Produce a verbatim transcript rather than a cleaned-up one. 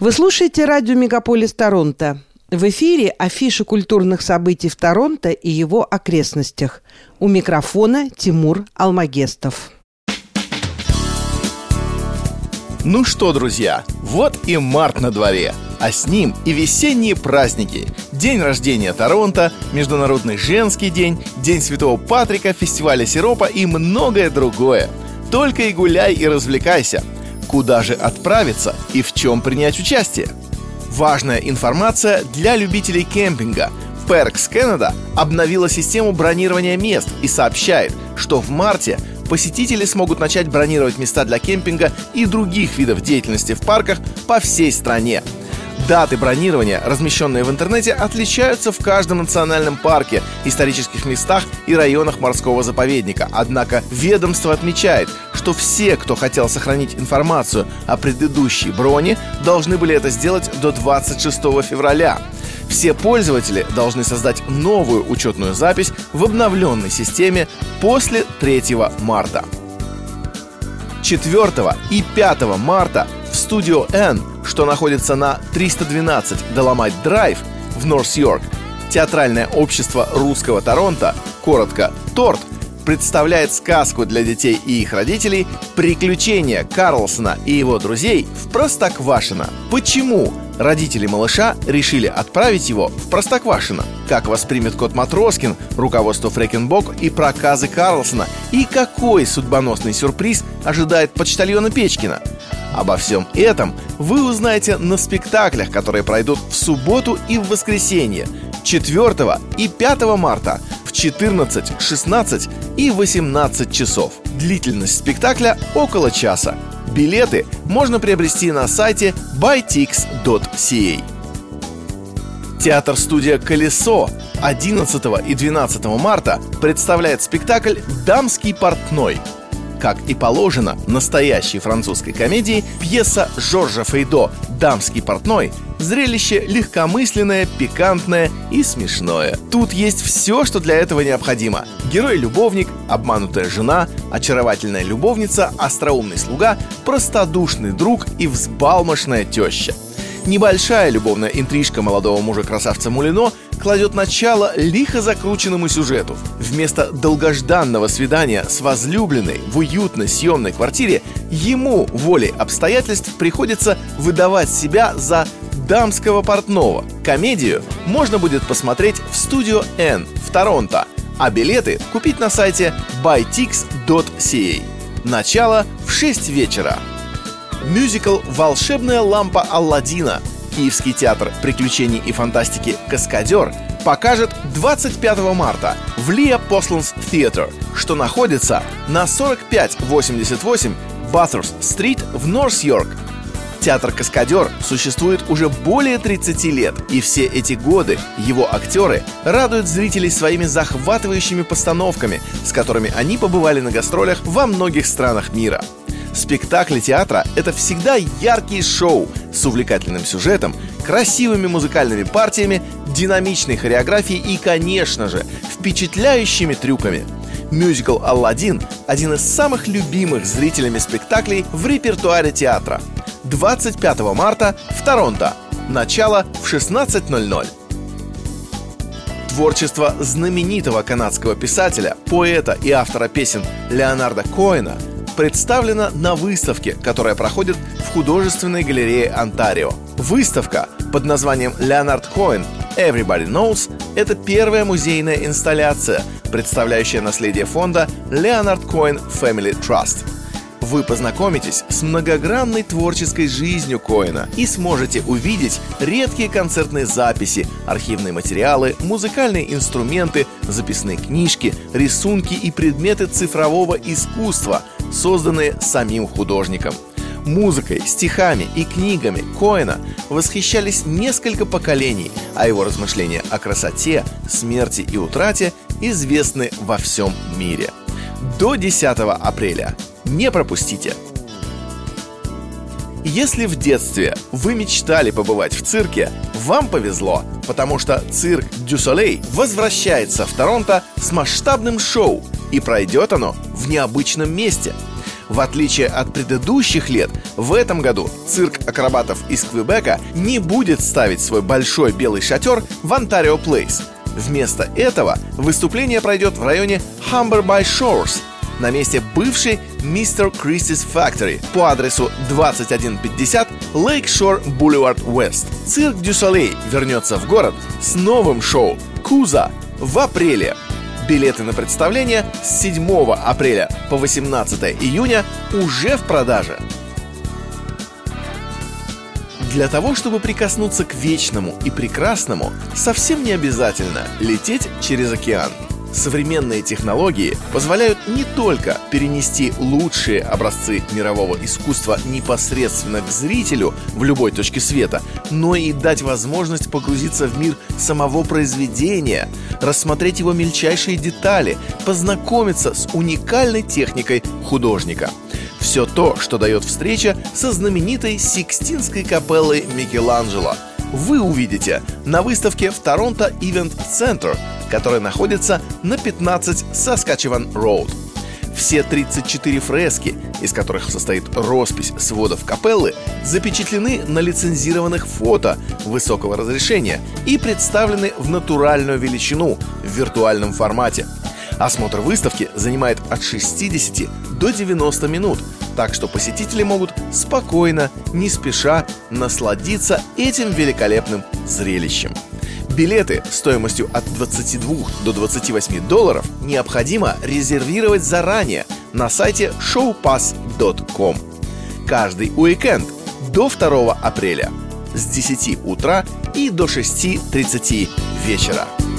Вы слушаете радио «Мегаполис Торонто». В эфире афиша культурных событий в Торонто и его окрестностях. У микрофона Тимур Алмагестов. Ну что, друзья, вот и март на дворе, а с ним и весенние праздники. День рождения Торонто, Международный женский день, День Святого Патрика, фестиваля сиропа и многое другое. Только и гуляй, и развлекайся. Куда же отправиться и в чем принять участие? Важная информация для любителей кемпинга. Parks Canada обновила систему бронирования мест и сообщает, что в марте посетители смогут начать бронировать места для кемпинга и других видов деятельности в парках по всей стране. Даты бронирования, размещенные в интернете, отличаются в каждом национальном парке, исторических местах и районах морского заповедника. Однако ведомство отмечает, что все, кто хотел сохранить информацию о предыдущей броне, должны были это сделать до двадцать шестого февраля. Все пользователи должны создать новую учетную запись в обновленной системе после третьего марта. четвёртого и пятого марта в Studio N, что находится на триста двенадцать Доломайт Драйв в Норс-Йорк, театральное общество русского Торонто, коротко ТОРТ, представляет сказку для детей и их родителей «Приключения Карлсона и его друзей в Простоквашино». Почему родители малыша решили отправить его в Простоквашино? Как воспримет кот Матроскин руководство Фрэкенбок и проказы Карлсона? И какой судьбоносный сюрприз ожидает почтальона Печкина? Обо всем этом вы узнаете на спектаклях, которые пройдут в субботу и в воскресенье четвёртого и пятого марта в четырнадцать, шестнадцать и восемнадцать часов. Длительность спектакля около часа. Билеты можно приобрести на сайте бай тикс точка си эй. Театр-студия «Колесо» одиннадцатого и двенадцатого марта представляет спектакль «Дамский портной». Как и положено настоящей французской комедии, пьеса Жоржа Фейдо «Дамский портной» — зрелище легкомысленное, пикантное и смешное. Тут есть все, что для этого необходимо. Герой-любовник, обманутая жена, очаровательная любовница, остроумный слуга, простодушный друг и взбалмошная теща. Небольшая любовная интрижка молодого мужа-красавца Мулино кладет начало лихо закрученному сюжету. Вместо долгожданного свидания с возлюбленной в уютной съемной квартире ему волей обстоятельств приходится выдавать себя за дамского портного. Комедию можно будет посмотреть в Studio N в Торонто, а билеты купить на сайте бай тикс точка си эй. Начало в шесть вечера. Мюзикл «Волшебная лампа Алладина» Киевский театр приключений и фантастики «Каскадер» покажет двадцать пятого марта в Лиа Посланс Theatre, что находится на сорок пять восемьдесят восемь Баттерс-стрит в Норс-Йорк. Театр «Каскадер» существует уже более тридцати лет, и все эти годы его актеры радуют зрителей своими захватывающими постановками, с которыми они побывали на гастролях во многих странах мира. Спектакли театра — это всегда яркие шоу с увлекательным сюжетом, красивыми музыкальными партиями, динамичной хореографией и, конечно же, впечатляющими трюками. Мюзикл «Алладин» — один из самых любимых зрителями спектаклей в репертуаре театра. двадцать пятого марта в Торонто. Начало в шестнадцать ноль ноль. Творчество знаменитого канадского писателя, поэта и автора песен Леонарда Коэна представлена на выставке, которая проходит в художественной галерее Онтарио. Выставка под названием «Леонард Коэн Everybody Knows» — это первая музейная инсталляция, представляющая наследие фонда Leonard Cohen Family Trust. Вы познакомитесь с многогранной творческой жизнью Коэна и сможете увидеть редкие концертные записи, архивные материалы, музыкальные инструменты, записные книжки, рисунки и предметы цифрового искусства, созданные самим художником. Музыкой, стихами и книгами Коэна восхищались несколько поколений, а его размышления о красоте, смерти и утрате известны во всем мире. До десятого апреля. Не пропустите! Если в детстве вы мечтали побывать в цирке, вам повезло, потому что цирк Дю Солей возвращается в Торонто с масштабным шоу, и пройдет оно в необычном месте. В отличие от предыдущих лет, в этом году цирк акробатов из Квебека не будет ставить свой большой белый шатер в Онтарио Плейс. Вместо этого выступление пройдет в районе Humber by Shores, на месте бывшей мистер Кристис Factory по адресу двадцать один пятьдесят Lakeshore Boulevard West. Цирк дю Солей вернется в город с новым шоу «Куза» в апреле. Билеты на представление с седьмого апреля по восемнадцатое июня уже в продаже. Для того, чтобы прикоснуться к вечному и прекрасному, совсем не обязательно лететь через океан. Современные технологии позволяют не только перенести лучшие образцы мирового искусства непосредственно к зрителю в любой точке света, но и дать возможность погрузиться в мир самого произведения, рассмотреть его мельчайшие детали, познакомиться с уникальной техникой художника. Все то, что дает встреча со знаменитой Сикстинской капеллой Микеланджело, вы увидите на выставке в Торонто Event Center, которая находится на пятнадцать Saskatchewan Road. Все тридцать четыре фрески, из которых состоит роспись сводов капеллы, запечатлены на лицензированных фото высокого разрешения и представлены в натуральную величину в виртуальном формате. Осмотр выставки занимает от шестидесяти до девяноста минут, так что посетители могут спокойно, не спеша насладиться этим великолепным зрелищем. Билеты стоимостью от двадцати двух до двадцати восьми долларов необходимо резервировать заранее на сайте шоу пасс точка ком. Каждый уикенд до второго апреля с десяти утра и до шести тридцати вечера.